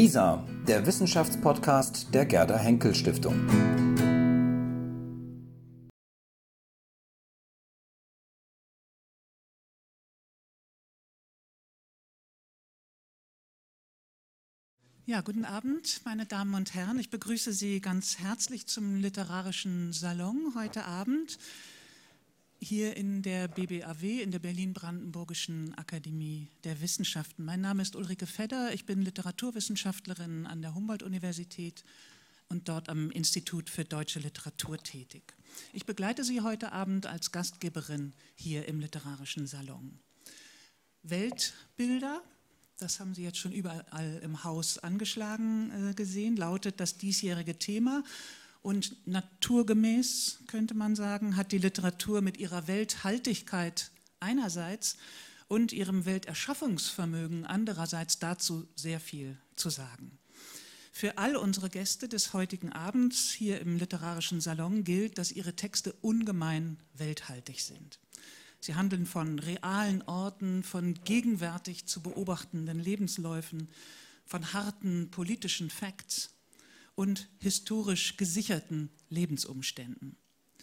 WISA, der Wissenschaftspodcast der Gerda Henkel Stiftung. Ja, guten Abend, meine Damen und Herren. Ich begrüße Sie ganz herzlich zum Literarischen Salon heute Abend hier in der BBAW, in der Berlin-Brandenburgischen Akademie der Wissenschaften. Mein Name ist Ulrike Fedder, ich bin Literaturwissenschaftlerin an der Humboldt-Universität und dort am Institut für Deutsche Literatur tätig. Ich begleite Sie heute Abend als Gastgeberin hier im Literarischen Salon. Weltbilder, das haben Sie jetzt schon überall im Haus angeschlagen gesehen, lautet das diesjährige Thema. Und naturgemäß, könnte man sagen, hat die Literatur mit ihrer Welthaltigkeit einerseits und ihrem Welterschaffungsvermögen andererseits dazu sehr viel zu sagen. Für all unsere Gäste des heutigen Abends hier im Literarischen Salon gilt, dass ihre Texte ungemein welthaltig sind. Sie handeln von realen Orten, von gegenwärtig zu beobachtenden Lebensläufen, von harten politischen Facts und historisch gesicherten Lebensumständen.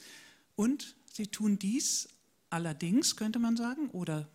Und sie tun dies allerdings, könnte man sagen, oder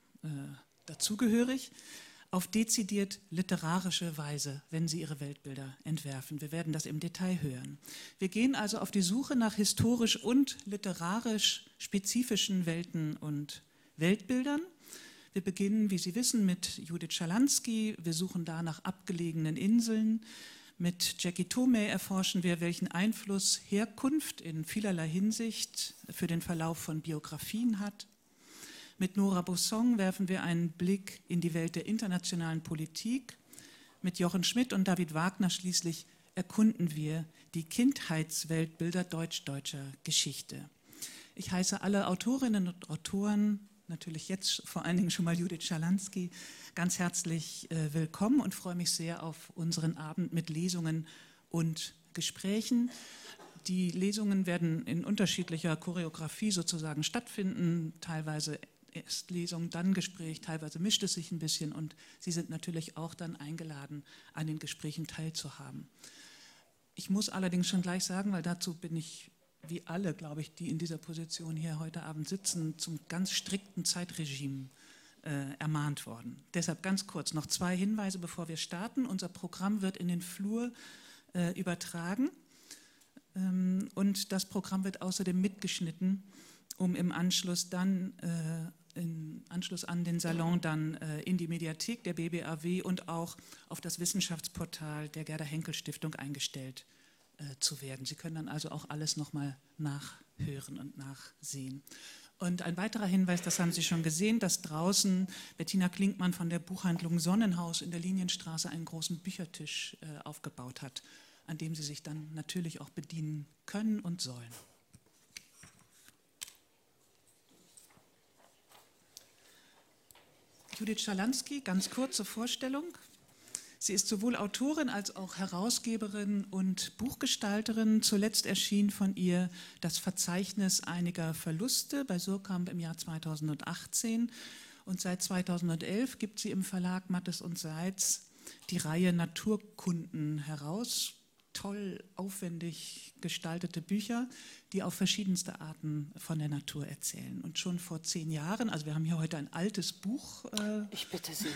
dazugehörig, auf dezidiert literarische Weise, wenn sie ihre Weltbilder entwerfen. Wir werden das im Detail hören. Wir gehen also auf die Suche nach historisch und literarisch spezifischen Welten und Weltbildern. Wir beginnen, wie Sie wissen, mit Judith Schalansky. Wir suchen da nach abgelegenen Inseln. Mit Jackie Toomey erforschen wir, welchen Einfluss Herkunft in vielerlei Hinsicht für den Verlauf von Biografien hat. Mit Nora Bossong werfen wir einen Blick in die Welt der internationalen Politik. Mit Jochen Schmidt und David Wagner schließlich erkunden wir die Kindheitsweltbilder deutsch-deutscher Geschichte. Ich heiße alle Autorinnen und Autoren, natürlich jetzt vor allen Dingen schon mal Judith Schalansky, ganz herzlich willkommen und freue mich sehr auf unseren Abend mit Lesungen und Gesprächen. Die Lesungen werden in unterschiedlicher Choreografie sozusagen stattfinden, teilweise erst Lesung, dann Gespräch, teilweise mischt es sich ein bisschen und Sie sind natürlich auch dann eingeladen, an den Gesprächen teilzuhaben. Ich muss allerdings schon gleich sagen, weil dazu bin ich, wie alle, glaube ich, die in dieser Position hier heute Abend sitzen, zum ganz strikten Zeitregime ermahnt worden. Deshalb ganz kurz noch 2 Hinweise, bevor wir starten. Unser Programm wird in den Flur übertragen und das Programm wird außerdem mitgeschnitten, um im Anschluss dann im Anschluss an den Salon dann in die Mediathek der BBAW und auch auf das Wissenschaftsportal der Gerda Henkel Stiftung eingestellt zu werden. Sie können dann also auch alles nochmal nachhören und nachsehen. Und ein weiterer Hinweis, das haben Sie schon gesehen, dass draußen Bettina Klinkmann von der Buchhandlung Sonnenhaus in der Linienstraße einen großen Büchertisch aufgebaut hat, an dem Sie sich dann natürlich auch bedienen können und sollen. Judith Schalansky, ganz kurze Vorstellung. Sie ist sowohl Autorin als auch Herausgeberin und Buchgestalterin. Zuletzt erschien von ihr das Verzeichnis einiger Verluste bei Suhrkamp im Jahr 2018. Und seit 2011 gibt sie im Verlag Mattes und Seitz die Reihe Naturkunden heraus. Toll, aufwendig gestaltete Bücher, die auf verschiedenste Arten von der Natur erzählen. Und schon vor 10 Jahren, also wir haben hier heute ein altes Buch. Ich bitte Sie.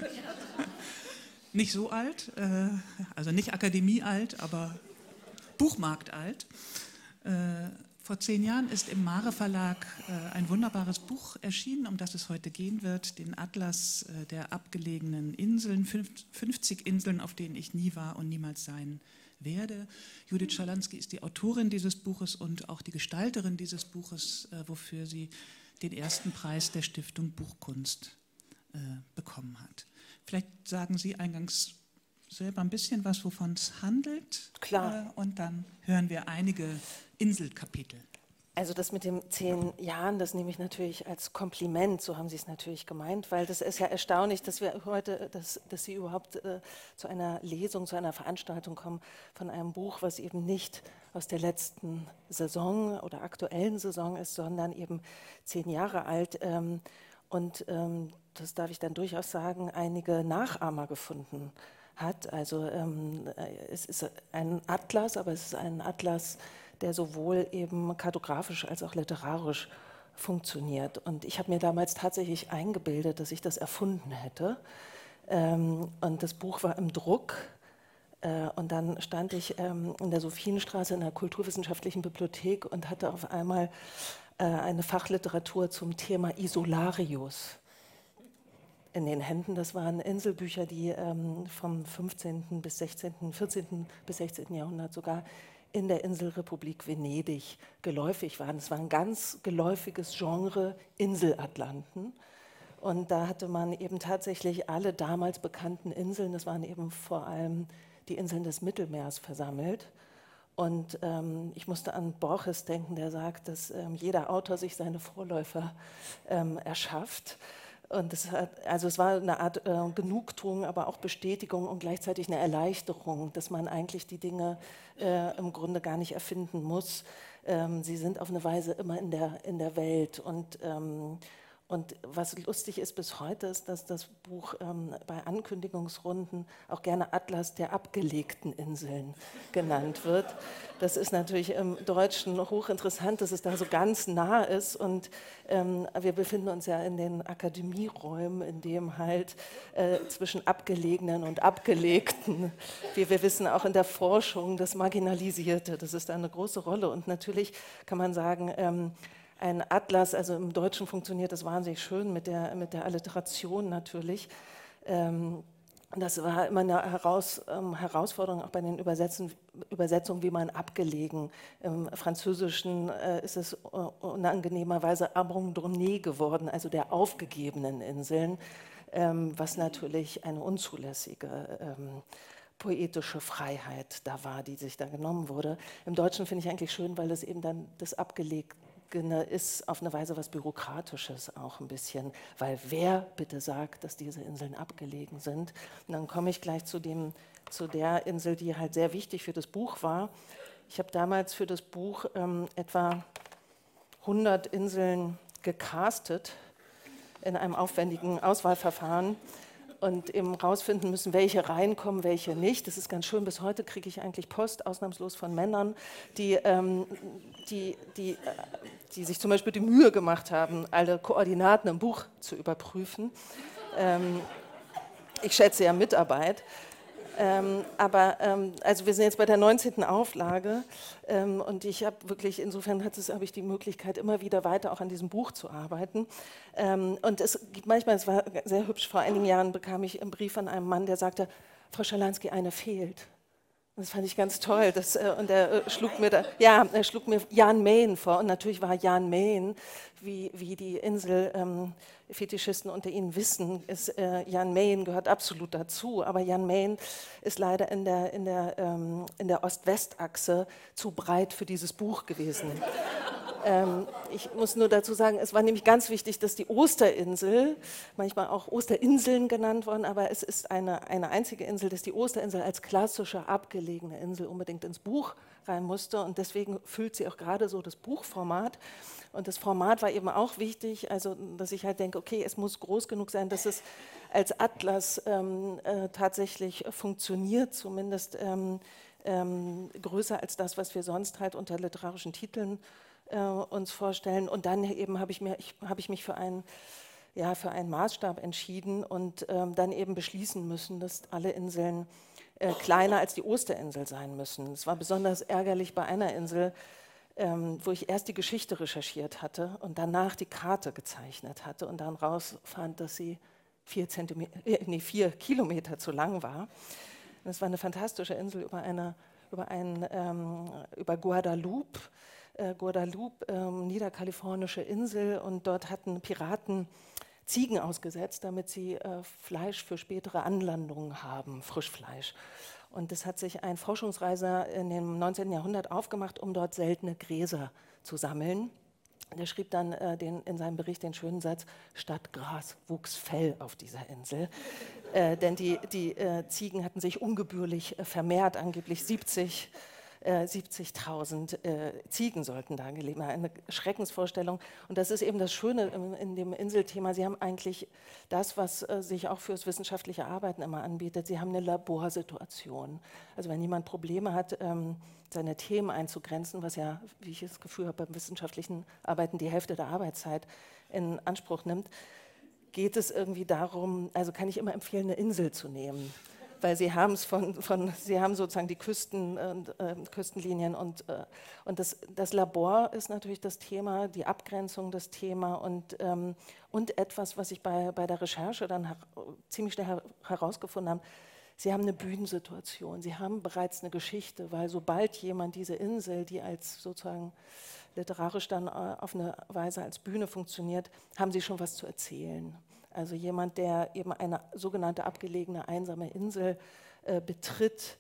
Nicht so alt, also nicht akademiealt, aber buchmarktalt. Vor 10 Jahren ist im Mare Verlag ein wunderbares Buch erschienen, um das es heute gehen wird, den Atlas der abgelegenen Inseln, 50 Inseln, auf denen ich nie war und niemals sein werde. Judith Schalansky ist die Autorin dieses Buches und auch die Gestalterin dieses Buches, wofür sie den ersten Preis der Stiftung Buchkunst bekommen hat. Vielleicht sagen Sie eingangs selber ein bisschen was, wovon es handelt. Klar. Und dann hören wir einige Inselkapitel. Also das mit den 10 Jahren, das nehme ich natürlich als Kompliment, so haben Sie es natürlich gemeint, weil das ist ja erstaunlich, dass wir heute, dass Sie überhaupt zu einer Lesung, zu einer Veranstaltung kommen von einem Buch, was eben nicht aus der letzten Saison oder aktuellen Saison ist, sondern eben 10 Jahre alt. Und das darf ich dann durchaus sagen, einige Nachahmer gefunden hat. Also es ist ein Atlas, aber es ist ein Atlas, der sowohl eben kartografisch als auch literarisch funktioniert. Und ich habe mir damals tatsächlich eingebildet, dass ich das erfunden hätte. Und das Buch war im Druck. Und dann stand ich in der Sophienstraße in der Kulturwissenschaftlichen Bibliothek und hatte auf einmal eine Fachliteratur zum Thema Isolarius in den Händen. Das waren Inselbücher, die vom 15. bis 16., 14. bis 16. Jahrhundert sogar in der Inselrepublik Venedig geläufig waren. Es war ein ganz geläufiges Genre Inselatlanten. Und da hatte man eben tatsächlich alle damals bekannten Inseln, das waren eben vor allem die Inseln des Mittelmeers, versammelt. Und ich musste an Borges denken, der sagt, dass jeder Autor sich seine Vorläufer erschafft. Und es war eine Art Genugtuung, aber auch Bestätigung und gleichzeitig eine Erleichterung, dass man eigentlich die Dinge im Grunde gar nicht erfinden muss. Sie sind auf eine Weise immer in der Welt. Und was lustig ist bis heute, ist, dass das Buch bei Ankündigungsrunden auch gerne Atlas der abgelegten Inseln genannt wird. Das ist natürlich im Deutschen hochinteressant, dass es da so ganz nah ist. Und wir befinden uns ja in den Akademieräumen, in dem halt zwischen abgelegenen und abgelegten, wie wir wissen, auch in der Forschung, das Marginalisierte, das ist da eine große Rolle. Und natürlich kann man sagen, ein Atlas, also im Deutschen funktioniert das wahnsinnig schön mit der Alliteration natürlich. Das war immer eine Herausforderung auch bei den Übersetzungen, wie man abgelegen. Im Französischen ist es unangenehmerweise abandonné geworden, also der aufgegebenen Inseln, was natürlich eine unzulässige poetische Freiheit da war, die sich da genommen wurde. Im Deutschen finde ich eigentlich schön, weil es eben dann das Abgelegte ist auf eine Weise was Bürokratisches auch ein bisschen, weil wer bitte sagt, dass diese Inseln abgelegen sind? Und dann komme ich gleich zu der Insel, die halt sehr wichtig für das Buch war. Ich habe damals für das Buch etwa 100 Inseln gecastet in einem aufwendigen Auswahlverfahren und eben rausfinden müssen, welche reinkommen, welche nicht. Das ist ganz schön. Bis heute kriege ich eigentlich Post, ausnahmslos von Männern, die sich zum Beispiel die Mühe gemacht haben, alle Koordinaten im Buch zu überprüfen. Ich schätze ja Mitarbeit. Also wir sind jetzt bei der 19. Auflage und ich habe wirklich, insofern habe ich die Möglichkeit, immer wieder weiter auch an diesem Buch zu arbeiten. Und es gibt manchmal, es war sehr hübsch, vor einigen Jahren bekam ich einen Brief von einem Mann, der sagte, Frau Schalansky, eine fehlt. Das fand ich ganz toll. Und er schlug mir Jan Mayen vor. Und natürlich war Jan Mayen, wie die Insel-Fetischisten unter Ihnen wissen, Jan Mayen gehört absolut dazu. Aber Jan Mayen ist leider in der Ost-West-Achse zu breit für dieses Buch gewesen. Ich muss nur dazu sagen, es war nämlich ganz wichtig, dass die Osterinsel, manchmal auch Osterinseln genannt worden, aber es ist eine einzige Insel, dass die Osterinsel als klassische abgelegene Insel unbedingt ins Buch rein musste und deswegen füllt sie auch gerade so das Buchformat. Und das Format war eben auch wichtig, also dass ich halt denke, okay, es muss groß genug sein, dass es als Atlas tatsächlich funktioniert, zumindest größer als das, was wir sonst halt unter literarischen Titeln uns vorstellen. Und dann eben habe ich mich für einen Maßstab entschieden und dann eben beschließen müssen, dass alle Inseln kleiner als die Osterinsel sein müssen. Es war besonders ärgerlich bei einer Insel, wo ich erst die Geschichte recherchiert hatte und danach die Karte gezeichnet hatte und dann rausfand, dass sie 4 Kilometer zu lang war. Das war eine fantastische Insel über Guadeloupe. Niederkalifornische Insel, und dort hatten Piraten Ziegen ausgesetzt, damit sie Fleisch für spätere Anlandungen haben, Frischfleisch. Und das hat sich ein Forschungsreiser in dem 19. Jahrhundert aufgemacht, um dort seltene Gräser zu sammeln. Der schrieb dann in seinem Bericht den schönen Satz, statt Gras wuchs Fell auf dieser Insel. Denn die Ziegen hatten sich ungebührlich vermehrt, angeblich 70 70.000 Ziegen sollten da gelebt haben. Eine Schreckensvorstellung. Und das ist eben das Schöne in dem Inselthema. Sie haben eigentlich das, was sich auch fürs wissenschaftliche Arbeiten immer anbietet. Sie haben eine Laborsituation. Also wenn jemand Probleme hat, seine Themen einzugrenzen, was ja, wie ich das Gefühl habe, beim wissenschaftlichen Arbeiten die Hälfte der Arbeitszeit in Anspruch nimmt, geht es irgendwie darum, also kann ich immer empfehlen, eine Insel zu nehmen. Weil sie haben es sie haben sozusagen die Küstenlinien und das Labor ist natürlich das Thema, die Abgrenzung das Thema und etwas, was ich bei der Recherche dann ziemlich schnell herausgefunden habe, sie haben eine Bühnensituation, sie haben bereits eine Geschichte, weil sobald jemand diese Insel, die als sozusagen literarisch dann auf eine Weise als Bühne funktioniert, haben sie schon was zu erzählen. Also jemand, der eben eine sogenannte abgelegene, einsame Insel betritt,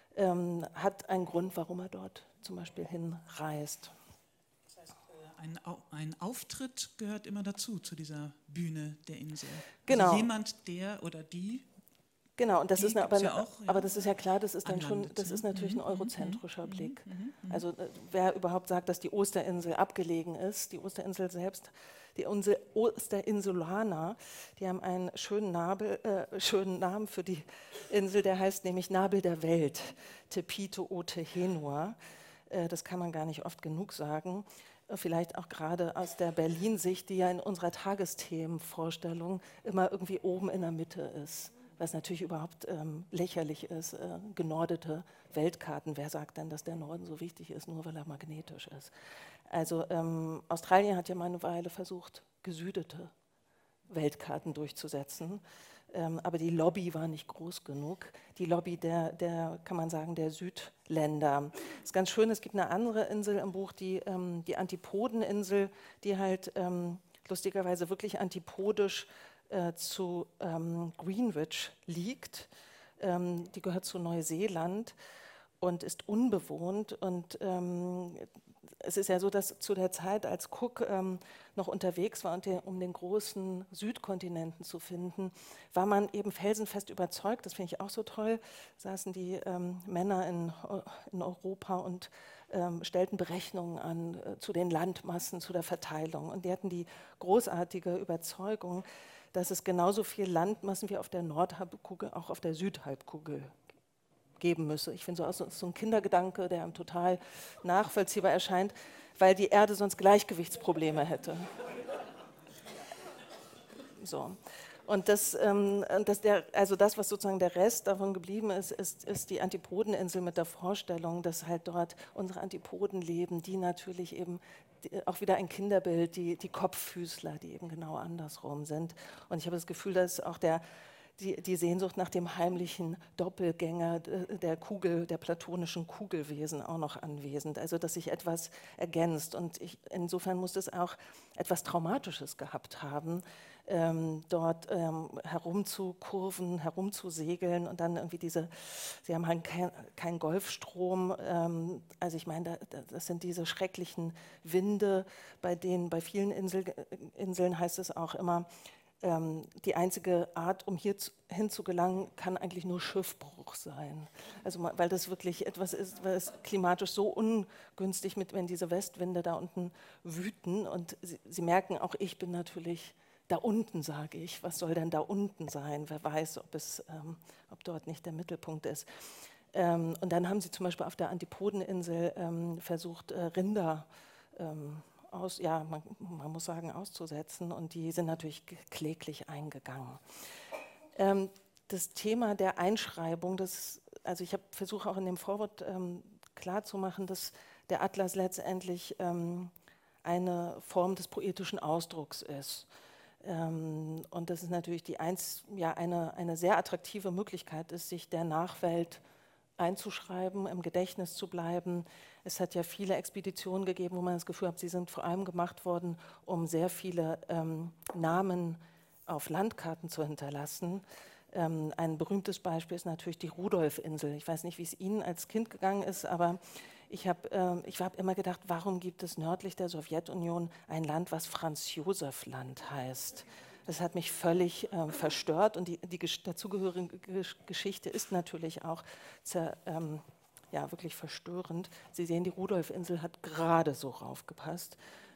hat einen Grund, warum er dort zum Beispiel hinreist. Das heißt, ein Auftritt gehört immer dazu, zu dieser Bühne der Insel. Genau. Also jemand, der oder die. Genau, und das ist aber das ist ja klar, das ist dann anlandet, das ist natürlich ein eurozentrischer Blick. Also wer überhaupt sagt, dass die Osterinsel abgelegen ist, die Osterinsel selbst, die Osterinsulaner, die haben einen schönen Namen für die Insel, der heißt nämlich Nabel der Welt, Te Pito o Te Henua. Das kann man gar nicht oft genug sagen. Vielleicht auch gerade aus der Berlin-Sicht, die ja in unserer Tagesthemenvorstellung immer irgendwie oben in der Mitte ist. Was natürlich überhaupt lächerlich ist, genordete Weltkarten. Wer sagt denn, dass der Norden so wichtig ist, nur weil er magnetisch ist? Also Australien hat ja mal eine Weile versucht, gesüdete Weltkarten durchzusetzen, aber die Lobby war nicht groß genug. Die Lobby kann man sagen, der Südländer. Das ist ganz schön, es gibt eine andere Insel im Buch, die Antipodeninsel, die halt lustigerweise wirklich antipodisch zu Greenwich liegt. Die gehört zu Neuseeland und ist unbewohnt. Und es ist ja so, dass zu der Zeit, als Cook noch unterwegs war, um den großen Südkontinenten zu finden, war man eben felsenfest überzeugt, das finde ich auch so toll, saßen die Männer in Europa und stellten Berechnungen an zu den Landmassen, zu der Verteilung. Und die hatten die großartige Überzeugung, dass es genauso viel Landmassen wie auf der Nordhalbkugel auch auf der Südhalbkugel geben müsse. Ich finde so ein Kindergedanke, der einem total nachvollziehbar erscheint, weil die Erde sonst Gleichgewichtsprobleme hätte. So. Und das, was sozusagen der Rest davon geblieben ist die Antipodeninsel mit der Vorstellung, dass halt dort unsere Antipoden leben, die natürlich eben auch wieder ein Kinderbild, die Kopffüßler, die eben genau andersrum sind. Und ich habe das Gefühl, dass auch die Sehnsucht nach dem heimlichen Doppelgänger der platonischen Kugelwesen auch noch anwesend. Also dass sich etwas ergänzt. Und insofern muss es auch etwas Traumatisches gehabt haben, dort herumzukurven, herumzusegeln und dann irgendwie sie haben halt keinen Golfstrom, also ich meine, das sind diese schrecklichen Winde, bei vielen Inseln heißt es auch immer, die einzige Art, um hin zu gelangen, kann eigentlich nur Schiffbruch sein. Also weil das wirklich etwas ist, weil es klimatisch so ungünstig wenn diese Westwinde da unten wüten und Sie merken, auch ich bin natürlich da unten, sage ich. Was soll denn da unten sein? Wer weiß, ob dort nicht der Mittelpunkt ist. Und dann haben Sie zum Beispiel auf der Antipodeninsel versucht, Rinder man muss sagen, auszusetzen, und die sind natürlich kläglich eingegangen. Das Thema der Einschreibung, also ich versuche auch in dem Vorwort klarzumachen, dass der Atlas letztendlich eine Form des poetischen Ausdrucks ist. Und das ist natürlich eine sehr attraktive Möglichkeit ist, sich der Nachwelt einzuschreiben, im Gedächtnis zu bleiben. Es hat ja viele Expeditionen gegeben, wo man das Gefühl hat, sie sind vor allem gemacht worden, um sehr viele Namen auf Landkarten zu hinterlassen. Ein berühmtes Beispiel ist natürlich die Rudolfinsel. Ich weiß nicht, wie es Ihnen als Kind gegangen ist, aber ich habe immer gedacht, warum gibt es nördlich der Sowjetunion ein Land, was Franz-Josef-Land heißt? Das hat mich völlig verstört, und die dazugehörige Geschichte ist natürlich auch ja wirklich verstörend. Sie sehen, die Rudolfinsel hat gerade so raufgepasst.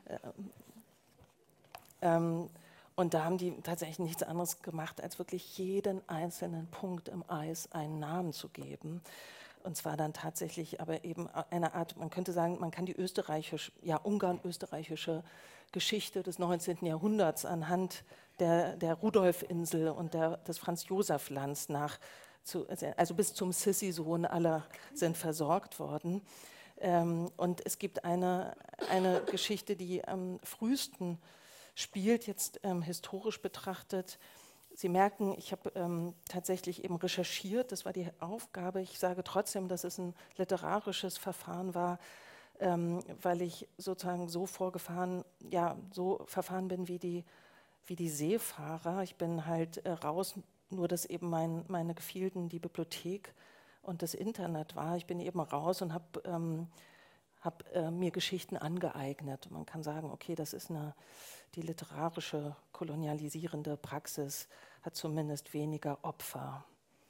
Und da haben die tatsächlich nichts anderes gemacht, als wirklich jeden einzelnen Punkt im Eis einen Namen zu geben. Und zwar dann tatsächlich aber eben eine Art, man könnte sagen, man kann die ungarn-österreichische Geschichte des 19. Jahrhunderts anhand der Rudolfinsel und des Franz-Josef-Lands also bis zum Sissi-Sohn aller sind versorgt worden. Und es gibt eine Geschichte, die am frühesten spielt, jetzt historisch betrachtet. Sie merken, ich habe tatsächlich eben recherchiert, das war die Aufgabe. Ich sage trotzdem, dass es ein literarisches Verfahren war, weil ich sozusagen so verfahren bin wie die Seefahrer. Ich bin halt raus, nur dass eben meine Gefilden die Bibliothek und das Internet war. Ich bin eben raus und habe mir Geschichten angeeignet. Man kann sagen, okay, das ist die literarische kolonialisierende Praxis, hat zumindest weniger Opfer.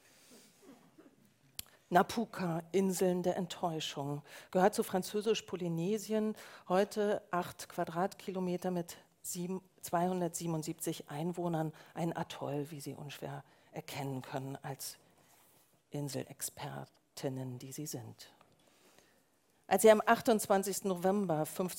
Napuka, Inseln der Enttäuschung, gehört zu Französisch-Polynesien, heute 8 Quadratkilometer mit 277 Einwohnern, ein Atoll, wie Sie unschwer erkennen können als Inselexpertinnen, die Sie sind. Als sie am 28. November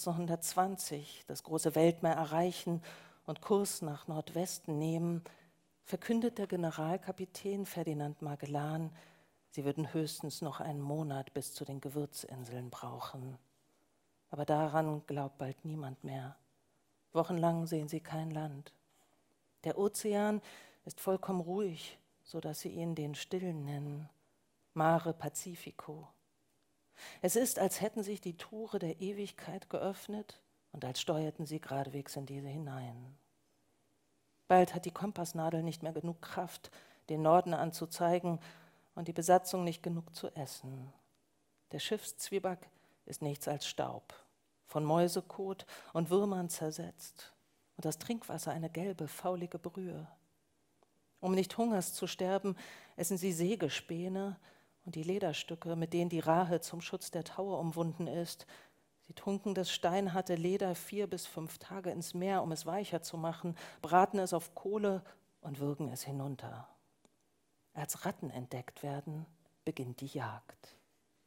1520 das große Weltmeer erreichen und Kurs nach Nordwesten nehmen, verkündet der Generalkapitän Ferdinand Magellan, sie würden höchstens noch einen Monat bis zu den Gewürzinseln brauchen. Aber daran glaubt bald niemand mehr. Wochenlang sehen sie kein Land. Der Ozean ist vollkommen ruhig, sodass sie ihn den Stillen nennen, Mare Pacifico. Es ist, als hätten sich die Tore der Ewigkeit geöffnet und als steuerten sie geradewegs in diese hinein. Bald hat die Kompassnadel nicht mehr genug Kraft, den Norden anzuzeigen und die Besatzung nicht genug zu essen. Der Schiffszwieback ist nichts als Staub, von Mäusekot und Würmern zersetzt und das Trinkwasser eine gelbe, faulige Brühe. Um nicht Hungers zu sterben, essen sie Sägespäne und die Lederstücke, mit denen die Rahe zum Schutz der Taue umwunden ist. Sie tunken das steinharte Leder 4 bis 5 Tage ins Meer, um es weicher zu machen, braten es auf Kohle und würgen es hinunter. Als Ratten entdeckt werden, beginnt die Jagd.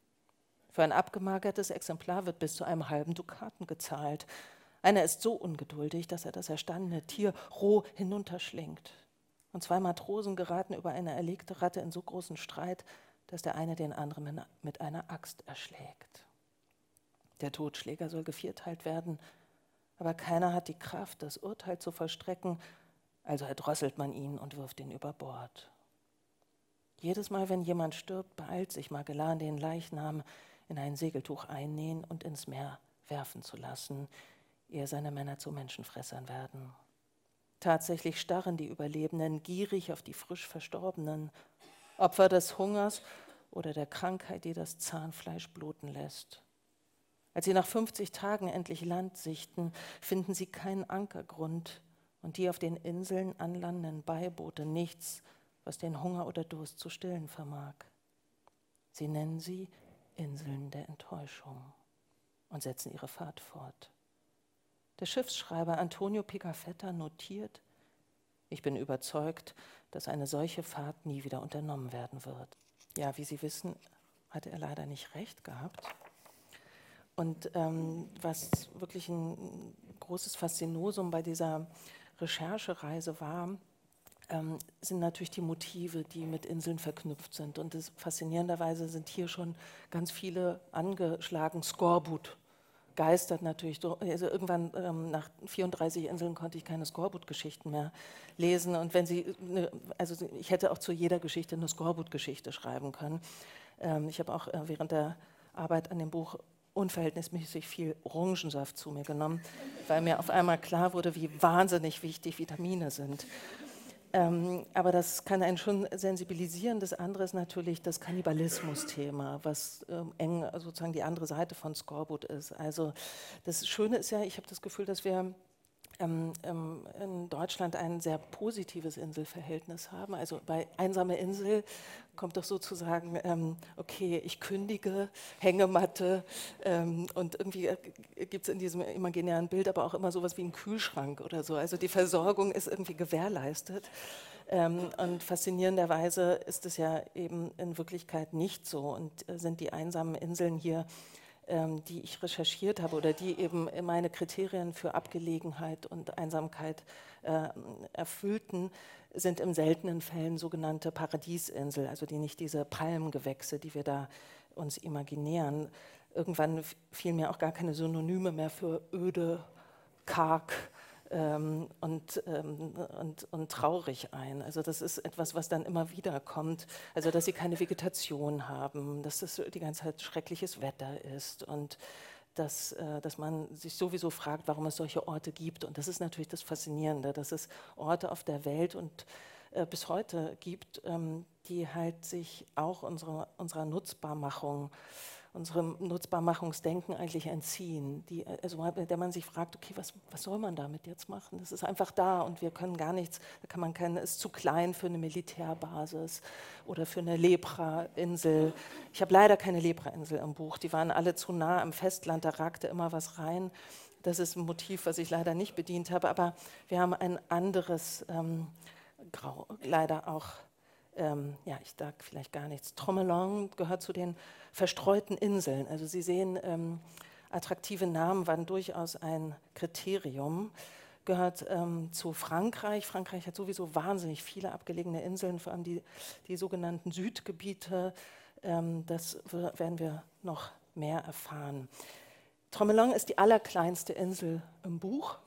Für ein abgemagertes Exemplar wird bis zu einem halben Dukaten gezahlt. Einer ist so ungeduldig, dass er das erstandene Tier roh hinunterschlingt. Und 2 Matrosen geraten über eine erlegte Ratte in so großen Streit, dass der eine den anderen mit einer Axt erschlägt. Der Totschläger soll gevierteilt werden, aber keiner hat die Kraft, das Urteil zu vollstrecken, also erdrosselt man ihn und wirft ihn über Bord. Jedes Mal, wenn jemand stirbt, beeilt sich Magellan, den Leichnam in ein Segeltuch einnähen und ins Meer werfen zu lassen, ehe seine Männer zu Menschenfressern werden. Tatsächlich starren die Überlebenden gierig auf die frisch Verstorbenen, Opfer des Hungers oder der Krankheit, die das Zahnfleisch bluten lässt. Als sie nach 50 Tagen endlich Land sichten, finden sie keinen Ankergrund und die auf den Inseln anlandenden Beiboote nichts, was den Hunger oder Durst zu stillen vermag. Sie nennen sie Inseln der Enttäuschung und setzen ihre Fahrt fort. Der Schiffsschreiber Antonio Pigafetta notiert: Ich bin überzeugt, dass eine solche Fahrt nie wieder unternommen werden wird. Ja, wie Sie wissen, hatte er leider nicht recht gehabt. Und was wirklich ein großes Faszinosum bei dieser Recherchereise war, sind natürlich die Motive, die mit Inseln verknüpft sind. Und faszinierenderweise sind hier schon ganz viele angeschlagen. Skorbut geistert natürlich. Also irgendwann nach 34 Inseln konnte ich keine Skorbut-Geschichten mehr lesen. Und wenn Sie, also ich hätte auch zu jeder Geschichte eine Skorbut-Geschichte schreiben können. Ich habe auch während der Arbeit an dem Buch unverhältnismäßig viel Orangensaft zu mir genommen, weil mir auf einmal klar wurde, wie wahnsinnig wichtig Vitamine sind. Aber das kann einen schon sensibilisieren. Das andere ist natürlich das Kannibalismus-Thema, was eng sozusagen die andere Seite von Skorbut ist. Also das Schöne ist ja, ich habe das Gefühl, dass wir in Deutschland ein sehr positives Inselverhältnis haben. Also bei Einsame Insel kommt doch sozusagen, okay, ich kündige, Hängematte und irgendwie gibt es in diesem imaginären Bild aber auch immer sowas wie einen Kühlschrank oder so. Also die Versorgung ist irgendwie gewährleistet. Und faszinierenderweise ist es ja eben in Wirklichkeit nicht so und sind die einsamen Inseln hier, die ich recherchiert habe oder die eben meine Kriterien für Abgelegenheit und Einsamkeit erfüllten, sind in seltenen Fällen sogenannte Paradiesinsel, also die nicht diese Palmengewächse, die wir da uns imaginieren. Irgendwann fielen mir auch gar keine Synonyme mehr für öde, karg und traurig ein. Also das ist etwas, was dann immer wieder kommt. Also dass sie keine Vegetation haben, dass es die ganze Zeit schreckliches Wetter ist und dass man sich sowieso fragt, warum es solche Orte gibt. Und das ist natürlich das Faszinierende, dass es Orte auf der Welt und bis heute gibt, die halt sich auch unserer Nutzbarmachung, unserem Nutzbarmachungsdenken eigentlich entziehen, also der man sich fragt, okay, was soll man damit jetzt machen? Das ist einfach da und wir können gar nichts, ist zu klein für eine Militärbasis oder für eine Lepra-Insel. Ich habe leider keine Lepra-Insel im Buch, die waren alle zu nah am Festland, da ragte immer was rein. Das ist ein Motiv, was ich leider nicht bedient habe, aber wir haben ein anderes Grau, leider auch. Ich sage vielleicht gar nichts. Tromelin gehört zu den verstreuten Inseln. Also Sie sehen, attraktive Namen waren durchaus ein Kriterium. Gehört zu Frankreich. Frankreich hat sowieso wahnsinnig viele abgelegene Inseln, vor allem die sogenannten Südgebiete. Das werden wir noch mehr erfahren. Tromelin ist die allerkleinste Insel im Buch.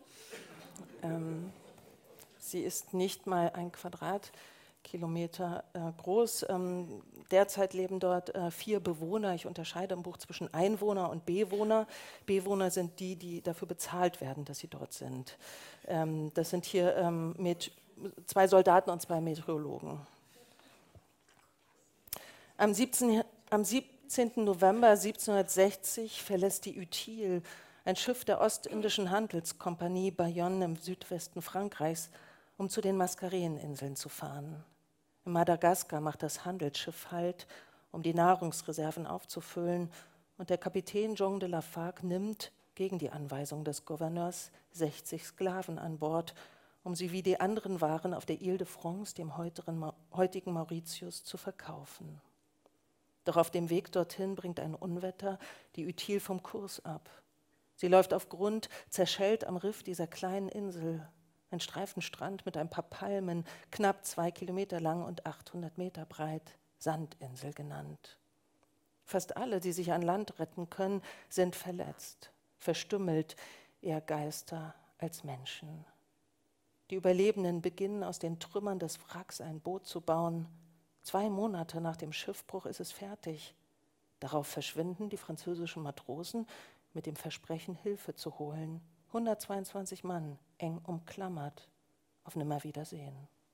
Sie ist nicht mal 1 Quadratkilometer groß. Derzeit leben dort 4 Bewohner. Ich unterscheide im Buch zwischen Einwohner und Bewohner. Bewohner sind die, die dafür bezahlt werden, dass sie dort sind. Das sind hier 2 Soldaten und 2 Meteorologen. Am 17. November 1760 verlässt die Utile, ein Schiff der Ostindischen Handelskompanie Bayonne im Südwesten Frankreichs, um zu den Mascareninseln zu fahren. In Madagaskar macht das Handelsschiff Halt, um die Nahrungsreserven aufzufüllen, und der Kapitän Jean de la Fargue nimmt, gegen die Anweisung des Gouverneurs, 60 Sklaven an Bord, um sie wie die anderen Waren auf der Ile de France, dem heutigen Mauritius, zu verkaufen. Doch auf dem Weg dorthin bringt ein Unwetter die Utile vom Kurs ab. Sie läuft auf Grund, zerschellt am Riff dieser kleinen Insel. Ein Streifenstrand mit ein paar Palmen, knapp 2 Kilometer lang und 800 Meter breit, Sandinsel genannt. Fast alle, die sich an Land retten können, sind verletzt, verstümmelt, eher Geister als Menschen. Die Überlebenden beginnen aus den Trümmern des Wracks ein Boot zu bauen. 2 Monate nach dem Schiffbruch ist es fertig. Darauf verschwinden die französischen Matrosen mit dem Versprechen, Hilfe zu holen. 122 Mann, eng umklammert, auf Nimmerwiedersehen.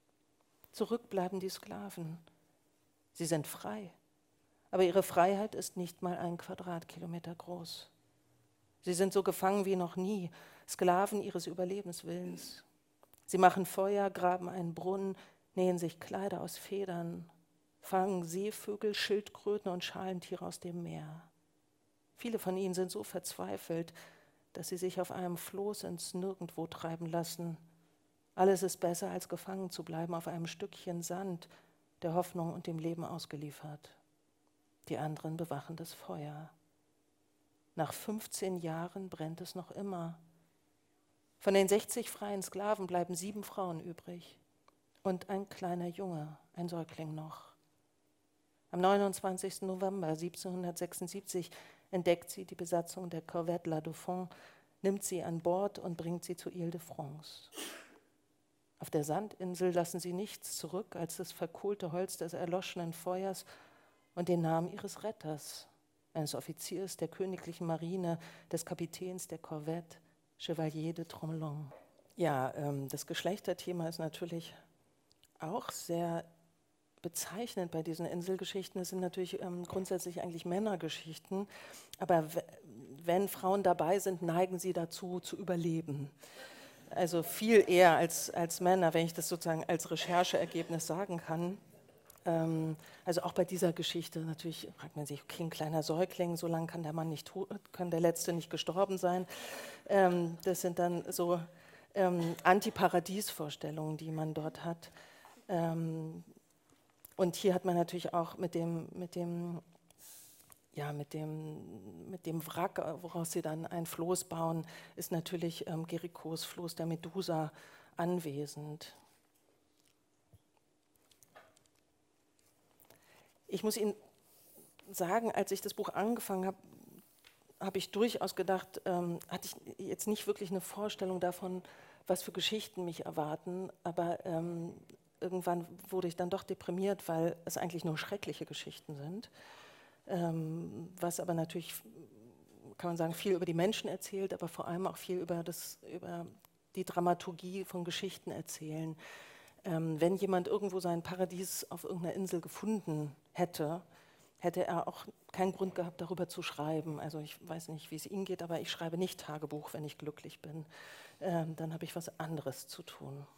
Zurück bleiben die Sklaven. Sie sind frei, aber ihre Freiheit ist nicht mal 1 Quadratkilometer groß. Sie sind so gefangen wie noch nie, Sklaven ihres Überlebenswillens. Sie machen Feuer, graben einen Brunnen, nähen sich Kleider aus Federn, fangen Seevögel, Schildkröten und Schalentiere aus dem Meer. Viele von ihnen sind so verzweifelt, dass sie sich auf einem Floß ins Nirgendwo treiben lassen. Alles ist besser, als gefangen zu bleiben auf einem Stückchen Sand, der Hoffnung und dem Leben ausgeliefert. Die anderen bewachen das Feuer. Nach 15 Jahren brennt es noch immer. Von den 60 freien Sklaven bleiben 7 Frauen übrig und ein kleiner Junge, ein Säugling noch. Am 29. November 1776 entdeckt sie die Besatzung der Corvette La Dauphine, nimmt sie an Bord und bringt sie zur Ile de France. Auf der Sandinsel lassen sie nichts zurück als das verkohlte Holz des erloschenen Feuers und den Namen ihres Retters, eines Offiziers der königlichen Marine, des Kapitäns der Corvette, Chevalier de Tromelin. Ja, das Geschlechterthema ist natürlich auch sehr bezeichnend bei diesen Inselgeschichten. Es sind natürlich grundsätzlich eigentlich Männergeschichten, aber wenn Frauen dabei sind, neigen sie dazu, zu überleben. Also viel eher als Männer, wenn ich das sozusagen als Rechercheergebnis sagen kann. Also auch bei dieser Geschichte, natürlich fragt man sich, okay, ein kleiner Säugling, so lange kann der Mann nicht, kann der Letzte nicht gestorben sein. Das sind dann so Antiparadiesvorstellungen, die man dort hat. Und hier hat man natürlich auch mit dem Wrack, woraus sie dann ein Floß bauen, ist natürlich Gerikos Floß der Medusa anwesend. Ich muss Ihnen sagen, als ich das Buch angefangen habe, habe ich durchaus gedacht, hatte ich jetzt nicht wirklich eine Vorstellung davon, was für Geschichten mich erwarten, aber irgendwann wurde ich dann doch deprimiert, weil es eigentlich nur schreckliche Geschichten sind, was aber natürlich, kann man sagen, viel über die Menschen erzählt, aber vor allem auch viel über die Dramaturgie von Geschichten erzählen. Wenn jemand irgendwo sein Paradies auf irgendeiner Insel gefunden hätte, hätte er auch keinen Grund gehabt, darüber zu schreiben. Also ich weiß nicht, wie es Ihnen geht, aber ich schreibe nicht Tagebuch, wenn ich glücklich bin. Dann habe ich was anderes zu tun.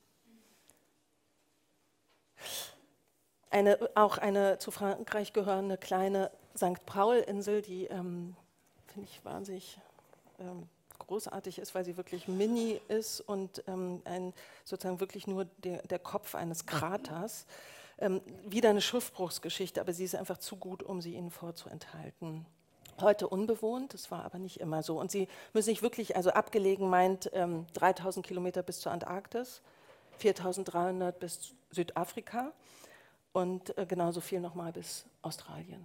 Auch eine zu Frankreich gehörende kleine St. Paul-Insel, die, finde ich, wahnsinnig großartig ist, weil sie wirklich mini ist und sozusagen wirklich nur der Kopf eines Kraters. Wieder eine Schiffbruchsgeschichte, aber sie ist einfach zu gut, um sie Ihnen vorzuenthalten. Heute unbewohnt, das war aber nicht immer so. Und Sie müssen sich wirklich, also abgelegen meint 3000 Kilometer bis zur Antarktis, 4300 bis Südafrika und genauso viel nochmal bis Australien.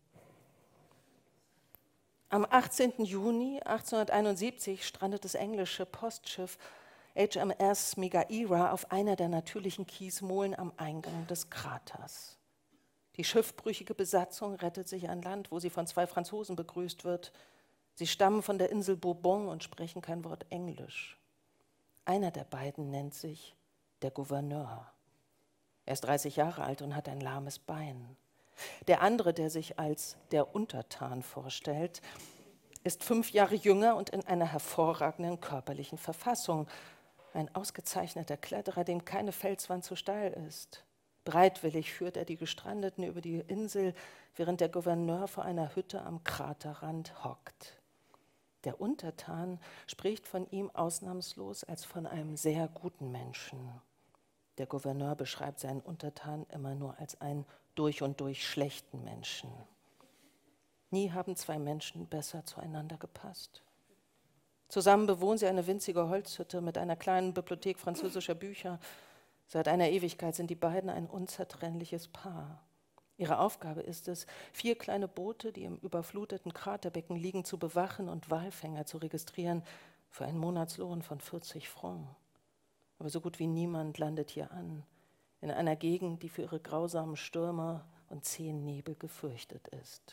Am 18. Juni 1871 strandet das englische Postschiff HMS Megaera auf einer der natürlichen Kiesmolen am Eingang des Kraters. Die schiffbrüchige Besatzung rettet sich an Land, wo sie von 2 Franzosen begrüßt wird. Sie stammen von der Insel Bourbon und sprechen kein Wort Englisch. Einer der beiden nennt sich der Gouverneur. Er ist 30 Jahre alt und hat ein lahmes Bein. Der andere, der sich als der Untertan vorstellt, ist 5 Jahre jünger und in einer hervorragenden körperlichen Verfassung. Ein ausgezeichneter Kletterer, dem keine Felswand zu steil ist. Bereitwillig führt er die Gestrandeten über die Insel, während der Gouverneur vor einer Hütte am Kraterrand hockt. Der Untertan spricht von ihm ausnahmslos als von einem sehr guten Menschen. Der Gouverneur beschreibt seinen Untertan immer nur als einen durch und durch schlechten Menschen. Nie haben 2 Menschen besser zueinander gepasst. Zusammen bewohnen sie eine winzige Holzhütte mit einer kleinen Bibliothek französischer Bücher. Seit einer Ewigkeit sind die beiden ein unzertrennliches Paar. Ihre Aufgabe ist es, 4 kleine Boote, die im überfluteten Kraterbecken liegen, zu bewachen und Walfänger zu registrieren für einen Monatslohn von 40 Francs. Aber so gut wie niemand landet hier an, in einer Gegend, die für ihre grausamen Stürme und zähen Nebel gefürchtet ist.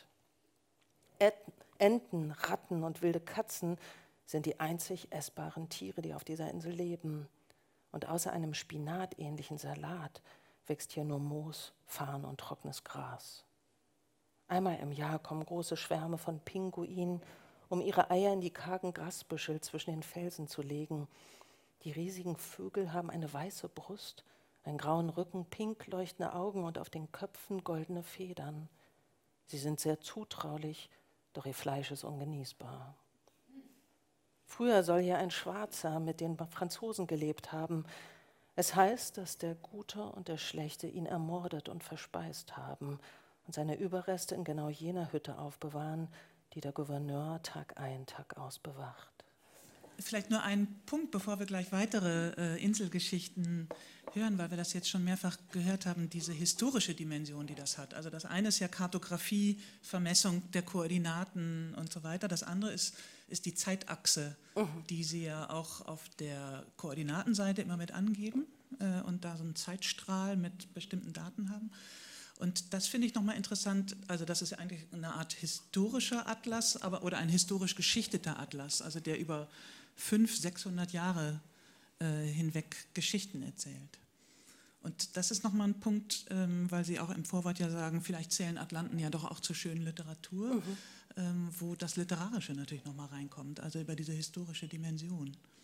Enten, Ratten und wilde Katzen sind die einzig essbaren Tiere, die auf dieser Insel leben. Und außer einem spinatähnlichen Salat wächst hier nur Moos, Farn und trockenes Gras. Einmal im Jahr kommen große Schwärme von Pinguinen, um ihre Eier in die kargen Grasbüschel zwischen den Felsen zu legen. Die riesigen Vögel haben eine weiße Brust, einen grauen Rücken, pink leuchtende Augen und auf den Köpfen goldene Federn. Sie sind sehr zutraulich, doch ihr Fleisch ist ungenießbar. Früher soll hier ein Schwarzer mit den Franzosen gelebt haben. Es heißt, dass der Gute und der Schlechte ihn ermordet und verspeist haben und seine Überreste in genau jener Hütte aufbewahren, die der Gouverneur Tag ein, Tag aus bewacht. Vielleicht nur ein Punkt, bevor wir gleich weitere Inselgeschichten hören, weil wir das jetzt schon mehrfach gehört haben, diese historische Dimension, die das hat. Also das eine ist ja Kartografie, Vermessung der Koordinaten und so weiter. Das andere ist die Zeitachse, die Sie ja auch auf der Koordinatenseite immer mit angeben und da so einen Zeitstrahl mit bestimmten Daten haben. Und das finde ich nochmal interessant, also das ist eigentlich eine Art historischer Atlas, oder ein historisch geschichteter Atlas, also der über 500-600 Jahre hinweg Geschichten erzählt. Und das ist nochmal ein Punkt, weil Sie auch im Vorwort ja sagen, vielleicht zählen Atlanten ja doch auch zur schönen Literatur, wo das Literarische natürlich nochmal reinkommt, also über diese historische Dimension.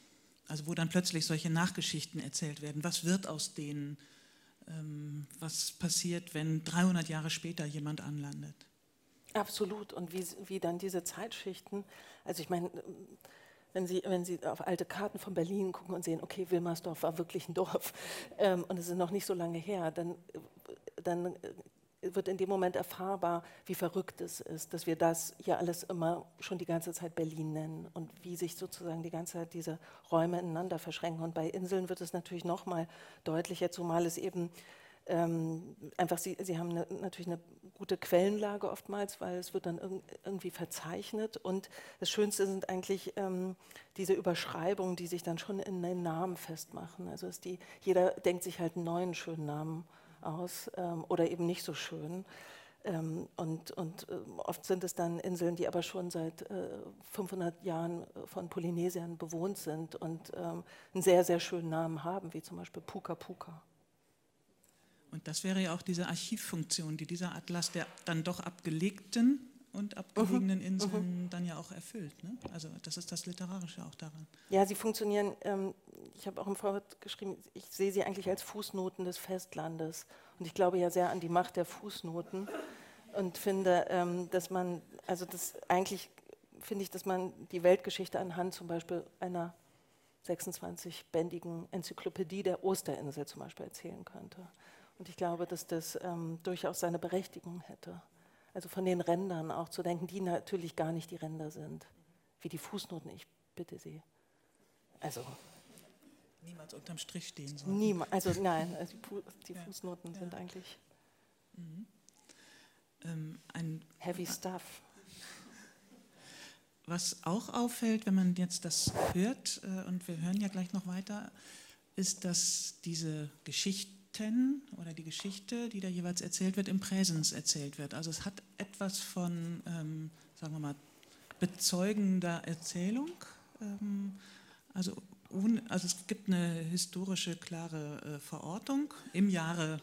Also wo dann plötzlich solche Nachgeschichten erzählt werden. Was wird aus denen? Was passiert, wenn 300 Jahre später jemand anlandet? Absolut. Und wie dann diese Zeitschichten, also ich meine, wenn Sie auf alte Karten von Berlin gucken und sehen, okay, Wilmersdorf war wirklich ein Dorf und es ist noch nicht so lange her, dann wird in dem Moment erfahrbar, wie verrückt es ist, dass wir das hier alles immer schon die ganze Zeit Berlin nennen und wie sich sozusagen die ganze Zeit diese Räume ineinander verschränken. Und bei Inseln wird es natürlich noch mal deutlicher, zumal es eben einfach, Sie haben natürlich eine gute Quellenlage oftmals, weil es wird dann irgendwie verzeichnet. Und das Schönste sind eigentlich diese Überschreibungen, die sich dann schon in den Namen festmachen. Also jeder denkt sich halt einen neuen schönen Namen aus oder eben nicht so schön. Und oft sind es dann Inseln, die aber schon seit 500 Jahren von Polynesiern bewohnt sind und einen sehr, sehr schönen Namen haben, wie zum Beispiel Puka Puka. Und das wäre ja auch diese Archivfunktion, die dieser Atlas der dann doch abgelegten und abgelegenen Inseln dann ja auch erfüllt. Ne? Also das ist das Literarische auch daran. Ja, sie funktionieren, ich habe auch im Vorwort geschrieben, ich sehe sie eigentlich als Fußnoten des Festlandes. Und ich glaube ja sehr an die Macht der Fußnoten und finde, dass man, also das eigentlich finde ich, dass man die Weltgeschichte anhand zum Beispiel einer 26-bändigen Enzyklopädie der Osterinsel zum Beispiel erzählen könnte. Und ich glaube, dass das durchaus seine Berechtigung hätte. Also von den Rändern auch zu denken, die natürlich gar nicht die Ränder sind. Wie die Fußnoten, ich bitte Sie. Also niemals unterm Strich stehen sollen. Also nein, also die Fußnoten sind eigentlich ein heavy stuff. Was auch auffällt, wenn man jetzt das hört, und wir hören ja gleich noch weiter, ist, dass diese Geschichten oder die Geschichte, die da jeweils erzählt wird, im Präsens erzählt wird. Also es hat etwas von, sagen wir mal, bezeugender Erzählung. Also es gibt eine historische, klare Verortung im Jahre,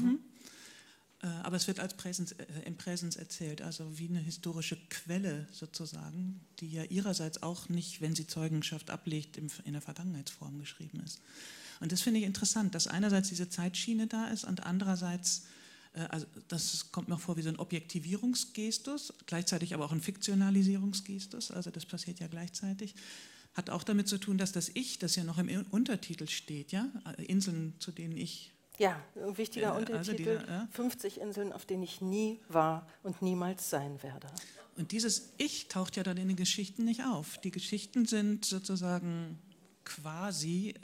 aber es wird als im Präsens erzählt, also wie eine historische Quelle sozusagen, die ja ihrerseits auch nicht, wenn sie Zeugenschaft ablegt, in der Vergangenheitsform geschrieben ist. Und das finde ich interessant, dass einerseits diese Zeitschiene da ist und andererseits, also das kommt mir vor wie so ein Objektivierungsgestus, gleichzeitig aber auch ein Fiktionalisierungsgestus, also das passiert ja gleichzeitig, hat auch damit zu tun, dass das Ich, das ja noch im Untertitel steht, ja, Inseln, zu denen ich... Ja, ein wichtiger Untertitel, 50 Inseln, auf denen ich nie war und niemals sein werde. Und dieses Ich taucht ja dann in den Geschichten nicht auf. Die Geschichten sind sozusagen quasi...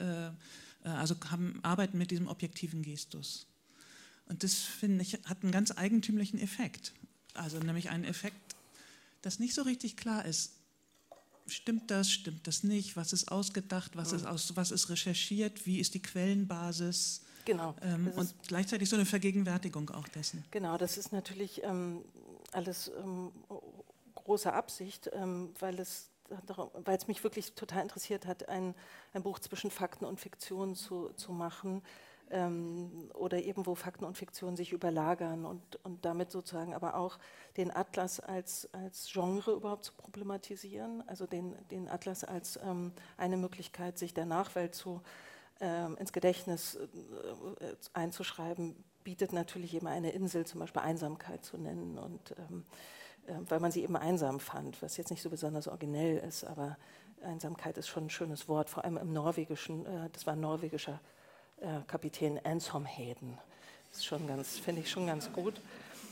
arbeiten mit diesem objektiven Gestus. Und das, finde ich, hat einen ganz eigentümlichen Effekt. Also nämlich einen Effekt, dass nicht so richtig klar ist, stimmt das nicht, was ist ausgedacht, was ist recherchiert, wie ist die Quellenbasis. Genau. Und gleichzeitig so eine Vergegenwärtigung auch dessen. Genau, das ist natürlich alles große Absicht, weil es mich wirklich total interessiert hat, ein Buch zwischen Fakten und Fiktion zu machen oder eben wo Fakten und Fiktion sich überlagern und damit sozusagen aber auch den Atlas als Genre überhaupt zu problematisieren, also den Atlas als eine Möglichkeit, sich der Nachwelt ins Gedächtnis einzuschreiben, bietet natürlich eben eine Insel, zum Beispiel Einsamkeit zu nennen und weil man sie eben einsam fand, was jetzt nicht so besonders originell ist, aber Einsamkeit ist schon ein schönes Wort, vor allem im Norwegischen, das war ein norwegischer Kapitän Ensomheden. Das ist finde ich schon ganz gut.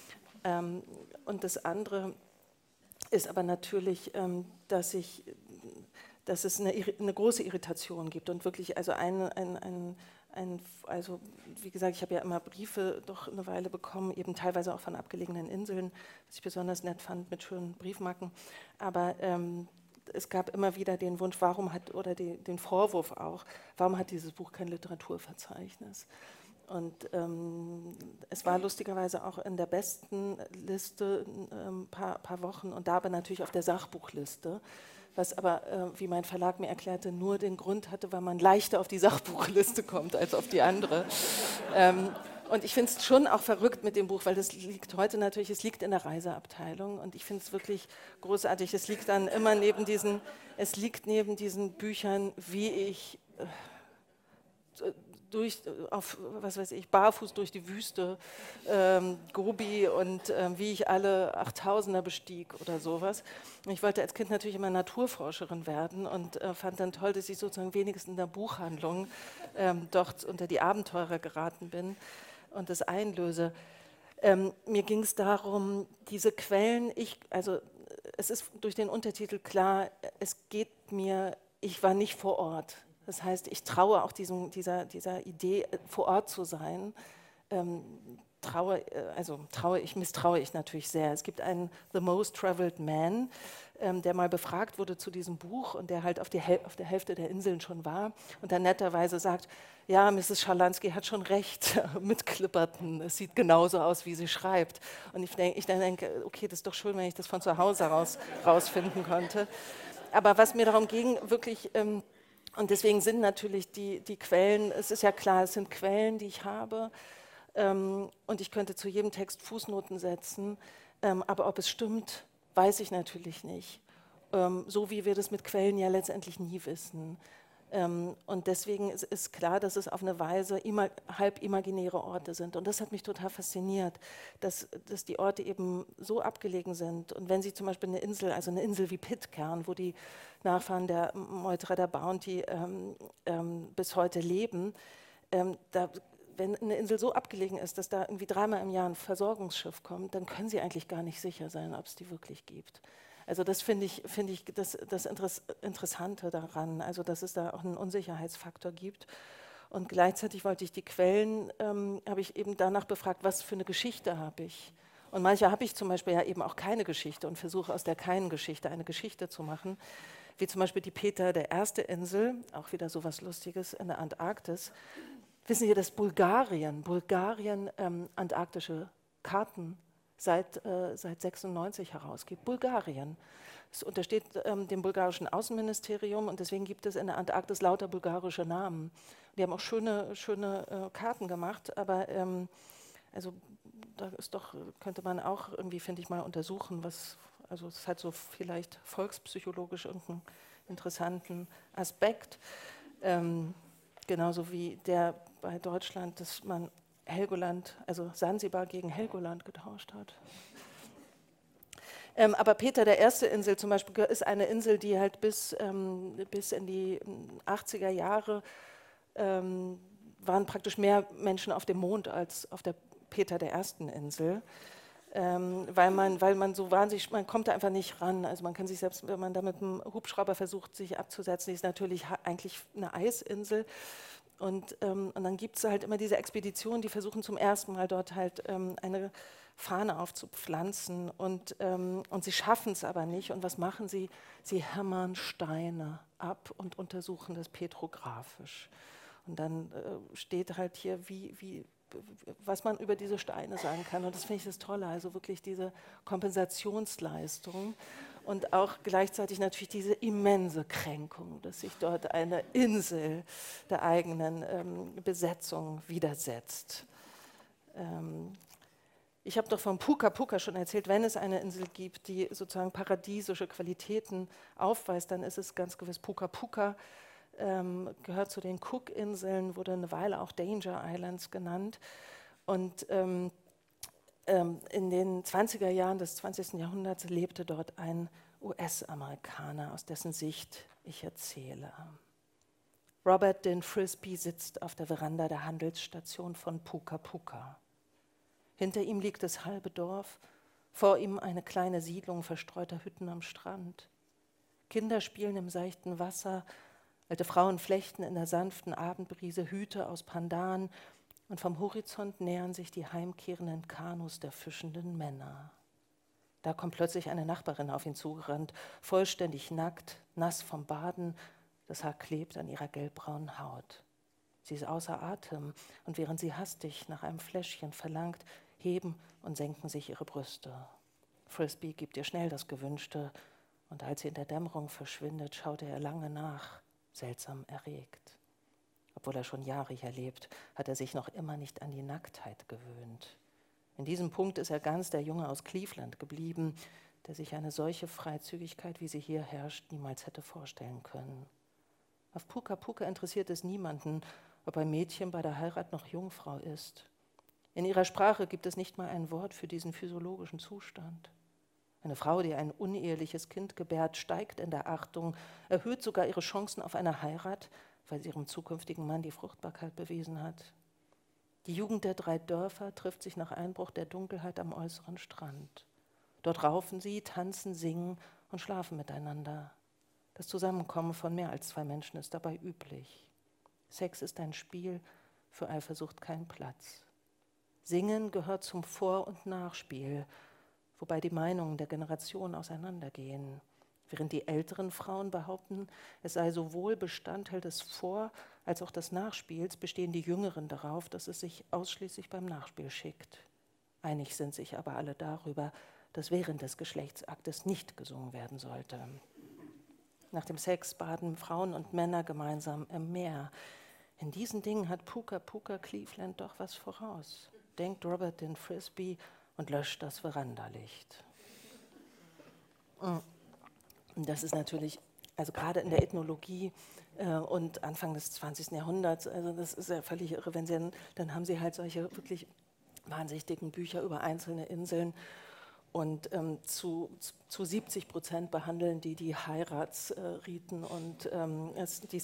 Und das andere ist aber natürlich, dass es eine große Irritation gibt und wirklich also also wie gesagt, ich habe ja immer Briefe doch eine Weile bekommen, eben teilweise auch von abgelegenen Inseln, was ich besonders nett fand mit schönen Briefmarken. Aber es gab immer wieder den Wunsch, den Vorwurf auch, warum hat dieses Buch kein Literaturverzeichnis? Und es war lustigerweise auch in der besten Liste ein paar Wochen und dabei natürlich auf der Sachbuchliste, was aber, wie mein Verlag mir erklärte, nur den Grund hatte, weil man leichter auf die Sachbuchliste kommt als auf die andere. Und ich finde es schon auch verrückt mit dem Buch, weil das liegt heute natürlich, es liegt in der Reiseabteilung und ich finde es wirklich großartig. Es liegt dann immer es liegt neben diesen Büchern, wie ich was weiß ich, barfuß durch die Wüste, Gobi und wie ich alle 8000er bestieg oder sowas. Und ich wollte als Kind natürlich immer Naturforscherin werden und fand dann toll, dass ich sozusagen wenigstens in der Buchhandlung dort unter die Abenteurer geraten bin und das einlöse. Mir ging es darum, diese Quellen, also es ist durch den Untertitel klar, ich war nicht vor Ort. Das heißt, ich traue auch dieser Idee, vor Ort zu sein, misstraue ich natürlich sehr. Es gibt einen The Most Traveled Man, der mal befragt wurde zu diesem Buch und der halt auf der Hälfte der Inseln schon war und dann netterweise sagt, ja, Mrs. Schalansky hat schon recht mit Clipperton, es sieht genauso aus, wie sie schreibt. Und ich denke, okay, das ist doch schön, wenn ich das von zu Hause rausfinden konnte. Aber was mir darum ging, wirklich... Und deswegen sind natürlich die Quellen, es ist ja klar, es sind Quellen, die ich habe und ich könnte zu jedem Text Fußnoten setzen, aber ob es stimmt, weiß ich natürlich nicht. So wie wir das mit Quellen ja letztendlich nie wissen. Und deswegen ist klar, dass es auf eine Weise halb imaginäre Orte sind. Und das hat mich total fasziniert, dass die Orte eben so abgelegen sind. Und wenn Sie zum Beispiel eine Insel wie Pitcairn, wo die Nachfahren der Meuterer der Bounty bis heute leben, wenn eine Insel so abgelegen ist, dass da irgendwie 3-mal im Jahr ein Versorgungsschiff kommt, dann können Sie eigentlich gar nicht sicher sein, ob es die wirklich gibt. Also das finde ich das Interessante daran, also dass es da auch einen Unsicherheitsfaktor gibt. Und gleichzeitig wollte ich die Quellen, habe ich eben danach befragt, was für eine Geschichte habe ich. Und manchmal habe ich zum Beispiel ja eben auch keine Geschichte und versuche aus der keinen Geschichte eine Geschichte zu machen, wie zum Beispiel die Peter der Erste Insel, auch wieder so was Lustiges in der Antarktis. Wissen Sie, dass Bulgarien antarktische Karten seit 96 herausgibt. Bulgarien. Es untersteht dem bulgarischen Außenministerium und deswegen gibt es in der Antarktis lauter bulgarische Namen. Die haben auch schöne Karten gemacht, aber also da könnte man auch irgendwie, finde ich, mal untersuchen, also es hat so vielleicht volkspsychologisch irgendeinen interessanten Aspekt. Genauso wie der bei Deutschland, dass man Helgoland, also Sansibar gegen Helgoland getauscht hat. Aber Peter der Erste Insel zum Beispiel ist eine Insel, die halt bis in die 80er Jahre waren praktisch mehr Menschen auf dem Mond als auf der Peter der Ersten Insel. Weil man so wahnsinnig, man kommt da einfach nicht ran. Also man kann sich selbst, wenn man da mit einem Hubschrauber versucht, sich abzusetzen, die ist natürlich eigentlich eine Eisinsel. Und dann gibt es halt immer diese Expeditionen, die versuchen zum ersten Mal dort halt eine Fahne aufzupflanzen und sie schaffen es aber nicht. Und was machen sie? Sie hämmern Steine ab und untersuchen das petrographisch. Und dann steht halt hier, was man über diese Steine sagen kann. Und das finde ich das Tolle, also wirklich diese Kompensationsleistung. Und auch gleichzeitig natürlich diese immense Kränkung, dass sich dort eine Insel der eigenen Besetzung widersetzt. Ich habe doch von Puka Puka schon erzählt, wenn es eine Insel gibt, die sozusagen paradiesische Qualitäten aufweist, dann ist es ganz gewiss Puka Puka, gehört zu den Cook-Inseln, wurde eine Weile auch Danger Islands genannt. Und in den 20er Jahren des 20. Jahrhunderts lebte dort ein US-Amerikaner, aus dessen Sicht ich erzähle. Robert Dyn Frisbee sitzt auf der Veranda der Handelsstation von Puka Puka. Hinter ihm liegt das halbe Dorf, vor ihm eine kleine Siedlung verstreuter Hütten am Strand. Kinder spielen im seichten Wasser, alte Frauen flechten in der sanften Abendbrise Hüte aus Pandan und vom Horizont nähern sich die heimkehrenden Kanus der fischenden Männer. Da kommt plötzlich eine Nachbarin auf ihn zugerannt, vollständig nackt, nass vom Baden, das Haar klebt an ihrer gelbbraunen Haut. Sie ist außer Atem und während sie hastig nach einem Fläschchen verlangt, heben und senken sich ihre Brüste. Frisbee gibt ihr schnell das Gewünschte und als sie in der Dämmerung verschwindet, schaut er ihr lange nach, seltsam erregt. Obwohl er schon Jahre hier lebt, hat er sich noch immer nicht an die Nacktheit gewöhnt. In diesem Punkt ist er ganz der Junge aus Cleveland geblieben, der sich eine solche Freizügigkeit, wie sie hier herrscht, niemals hätte vorstellen können. Auf Puka Puka interessiert es niemanden, ob ein Mädchen bei der Heirat noch Jungfrau ist. In ihrer Sprache gibt es nicht mal ein Wort für diesen physiologischen Zustand. Eine Frau, die ein uneheliches Kind gebärt, steigt in der Achtung, erhöht sogar ihre Chancen auf eine Heirat, weil sie ihrem zukünftigen Mann die Fruchtbarkeit bewiesen hat. Die Jugend der 3 Dörfer trifft sich nach Einbruch der Dunkelheit am äußeren Strand. Dort raufen sie, tanzen, singen und schlafen miteinander. Das Zusammenkommen von mehr als 2 Menschen ist dabei üblich. Sex ist ein Spiel, für Eifersucht kein Platz. Singen gehört zum Vor- und Nachspiel, wobei die Meinungen der Generation auseinandergehen. Während die älteren Frauen behaupten, es sei sowohl Bestandteil des Vor- als auch des Nachspiels, bestehen die Jüngeren darauf, dass es sich ausschließlich beim Nachspiel schickt. Einig sind sich aber alle darüber, dass während des Geschlechtsaktes nicht gesungen werden sollte. Nach dem Sex baden Frauen und Männer gemeinsam im Meer. In diesen Dingen hat Puka Puka Cleveland doch was voraus, denkt Robert den Frisbee und löscht das Verandalicht. Und das ist natürlich, also gerade in der Ethnologie und Anfang des 20. Jahrhunderts, also das ist ja völlig irre, wenn Sie dann haben Sie halt solche wirklich wahnsinnig dicken Bücher über einzelne Inseln und zu 70% behandeln die Heiratsriten und die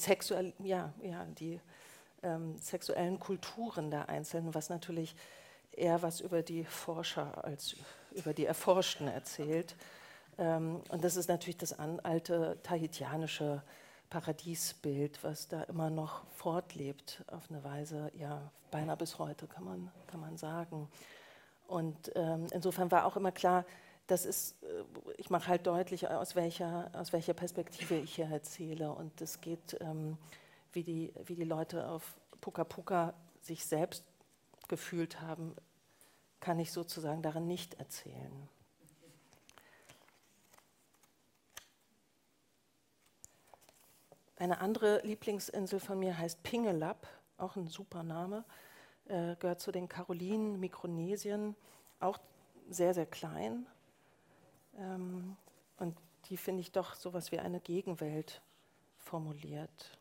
sexuellen Kulturen der Einzelnen, was natürlich eher was über die Forscher als über die Erforschten erzählt. Und das ist natürlich das alte tahitianische Paradiesbild, was da immer noch fortlebt, auf eine Weise, ja, beinahe bis heute kann man sagen. Und insofern war auch immer klar, ich mache halt deutlich, aus welcher Perspektive ich hier erzähle. Und es geht, wie die Leute auf Puka Puka sich selbst gefühlt haben, kann ich sozusagen darin nicht erzählen. Eine andere Lieblingsinsel von mir heißt Pingelap, auch ein super Name, gehört zu den Karolinen, Mikronesien, auch sehr, sehr klein. Und die finde ich doch sowas wie eine Gegenwelt formuliert.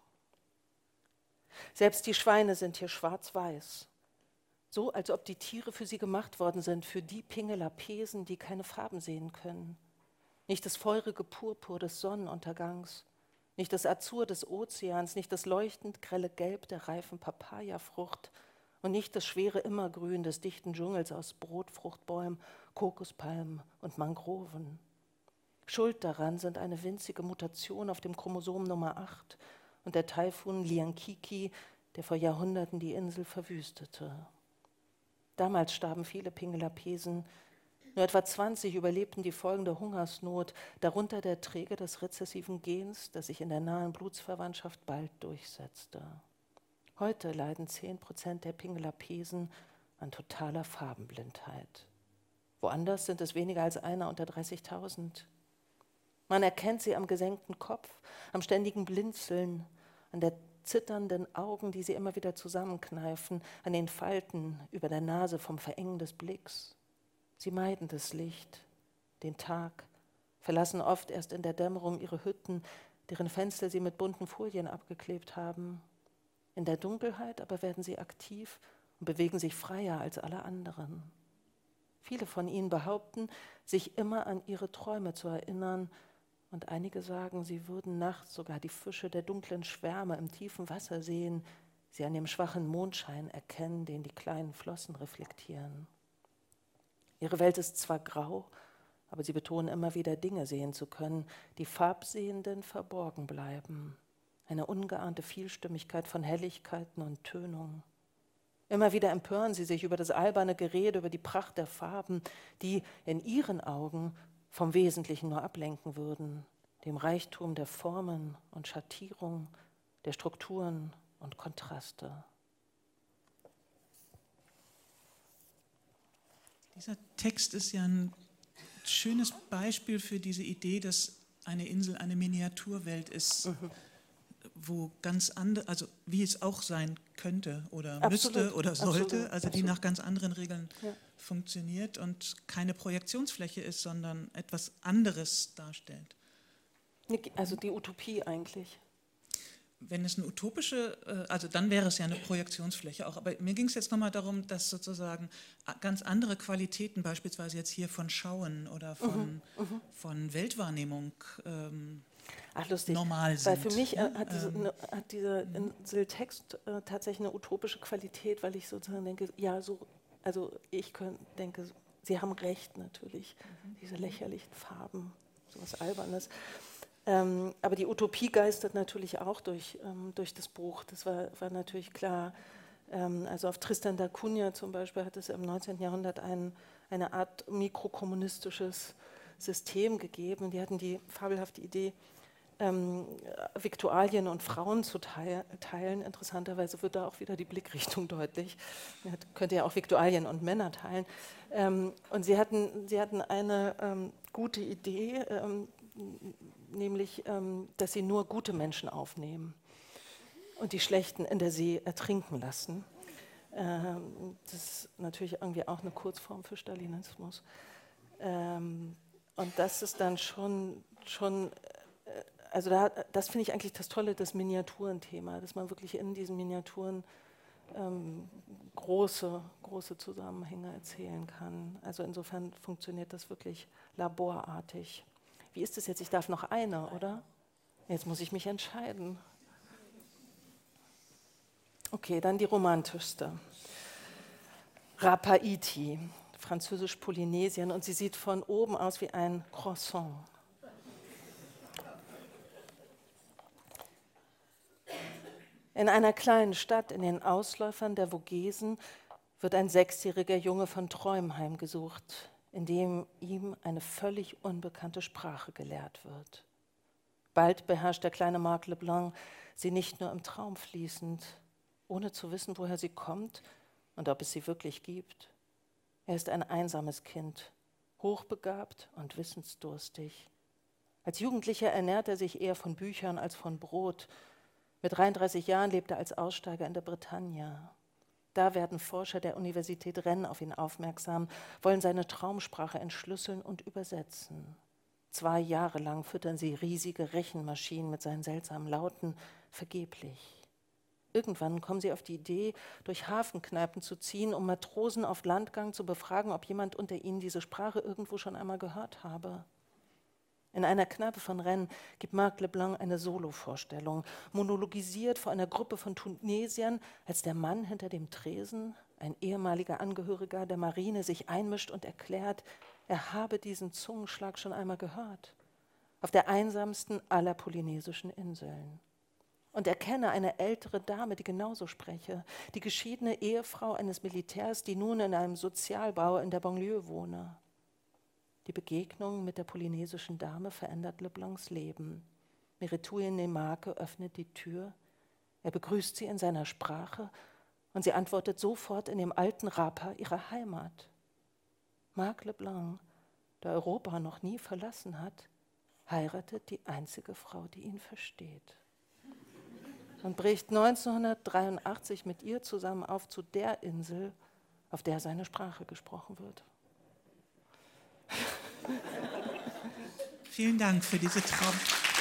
Selbst die Schweine sind hier schwarz-weiß. So, als ob die Tiere für sie gemacht worden sind, für die Pingelapesen, die keine Farben sehen können. Nicht das feurige Purpur des Sonnenuntergangs, nicht das Azur des Ozeans, nicht das leuchtend grelle Gelb der reifen Papayafrucht und nicht das schwere Immergrün des dichten Dschungels aus Brotfruchtbäumen, Kokospalmen und Mangroven. Schuld daran sind eine winzige Mutation auf dem Chromosom Nummer 8 und der Taifun Liankiki, der vor Jahrhunderten die Insel verwüstete. Damals starben viele Pingelapesen. Nur etwa 20 überlebten die Folgen der Hungersnot, darunter der Träger des rezessiven Gens, das sich in der nahen Blutsverwandtschaft bald durchsetzte. Heute leiden 10% der Pingelapesen an totaler Farbenblindheit. Woanders sind es weniger als einer unter 30.000. Man erkennt sie am gesenkten Kopf, am ständigen Blinzeln, an der zitternden Augen, die sie immer wieder zusammenkneifen, an den Falten über der Nase vom Verengen des Blicks. Sie meiden das Licht, den Tag, verlassen oft erst in der Dämmerung ihre Hütten, deren Fenster sie mit bunten Folien abgeklebt haben. In der Dunkelheit aber werden sie aktiv und bewegen sich freier als alle anderen. Viele von ihnen behaupten, sich immer an ihre Träume zu erinnern, und einige sagen, sie würden nachts sogar die Fische der dunklen Schwärme im tiefen Wasser sehen, sie an dem schwachen Mondschein erkennen, den die kleinen Flossen reflektieren. Ihre Welt ist zwar grau, aber sie betonen immer wieder, Dinge sehen zu können, die Farbsehenden verborgen bleiben. Eine ungeahnte Vielstimmigkeit von Helligkeiten und Tönungen. Immer wieder empören sie sich über das alberne Gerede, über die Pracht der Farben, die in ihren Augen vom Wesentlichen nur ablenken würden, dem Reichtum der Formen und Schattierung, der Strukturen und Kontraste. Dieser Text ist ja ein schönes Beispiel für diese Idee, dass eine Insel eine Miniaturwelt ist, wo ganz andere, also wie es auch sein könnte oder Absolut, müsste oder sollte, absolut, also die absolut. nach ganz anderen Regeln Ja. funktioniert und keine Projektionsfläche ist, sondern etwas anderes darstellt. Also die Utopie eigentlich. Wenn es eine utopische, also dann wäre es ja eine Projektionsfläche auch, aber mir ging es jetzt nochmal darum, dass sozusagen ganz andere Qualitäten, beispielsweise jetzt hier von Schauen oder von Weltwahrnehmung Ach, lustig. normal sind. Weil für mich hat dieser Inseltext tatsächlich eine utopische Qualität, weil ich sozusagen denke, ja, so, also denke, Sie haben recht natürlich, diese lächerlichen Farben, sowas Albernes. Aber die Utopie geistert natürlich auch durch das Buch, das war natürlich klar. Also auf Tristan da Cunha zum Beispiel hat es im 19. Jahrhundert eine Art mikrokommunistisches System gegeben. Die hatten die fabelhafte Idee, Viktualien und Frauen zu teilen. Interessanterweise wird da auch wieder die Blickrichtung deutlich. Man könnte ja auch Viktualien und Männer teilen. Und sie hatten eine gute Idee, nämlich, dass sie nur gute Menschen aufnehmen und die Schlechten in der See ertrinken lassen. Das ist natürlich irgendwie auch eine Kurzform für Stalinismus. Und das ist dann schon also das finde ich eigentlich das Tolle, das Miniaturenthema, dass man wirklich in diesen Miniaturen große Zusammenhänge erzählen kann. Also insofern funktioniert das wirklich laborartig. Wie ist es jetzt? Ich darf noch eine, oder? Jetzt muss ich mich entscheiden. Okay, dann die romantischste. Rapaiti, französisch Polynesien, und sie sieht von oben aus wie ein Croissant. In einer kleinen Stadt in den Ausläufern der Vogesen wird ein 6-jähriger Junge von Träumen heimgesucht, in dem ihm eine völlig unbekannte Sprache gelehrt wird. Bald beherrscht der kleine Marc Leblanc sie nicht nur im Traum fließend, ohne zu wissen, woher sie kommt und ob es sie wirklich gibt. Er ist ein einsames Kind, hochbegabt und wissensdurstig. Als Jugendlicher ernährt er sich eher von Büchern als von Brot. Mit 33 Jahren lebt er als Aussteiger in der Bretagne. Da werden Forscher der Universität Rennes auf ihn aufmerksam, wollen seine Traumsprache entschlüsseln und übersetzen. 2 Jahre lang füttern sie riesige Rechenmaschinen mit seinen seltsamen Lauten, vergeblich. Irgendwann kommen sie auf die Idee, durch Hafenkneipen zu ziehen, um Matrosen auf Landgang zu befragen, ob jemand unter ihnen diese Sprache irgendwo schon einmal gehört habe. In einer Kneipe von Rennes gibt Marc Leblanc eine Solovorstellung, monologisiert vor einer Gruppe von Tunesiern, als der Mann hinter dem Tresen, ein ehemaliger Angehöriger der Marine, sich einmischt und erklärt, er habe diesen Zungenschlag schon einmal gehört, auf der einsamsten aller polynesischen Inseln. Und er kenne eine ältere Dame, die genauso spreche, die geschiedene Ehefrau eines Militärs, die nun in einem Sozialbau in der Banlieue wohne. Die Begegnung mit der polynesischen Dame verändert Leblancs Leben. Meretouille Nemake öffnet die Tür, er begrüßt sie in seiner Sprache und sie antwortet sofort in dem alten Rapa ihrer Heimat. Marc Leblanc, der Europa noch nie verlassen hat, heiratet die einzige Frau, die ihn versteht. Und bricht 1983 mit ihr zusammen auf zu der Insel, auf der seine Sprache gesprochen wird. Vielen Dank für diese Traum.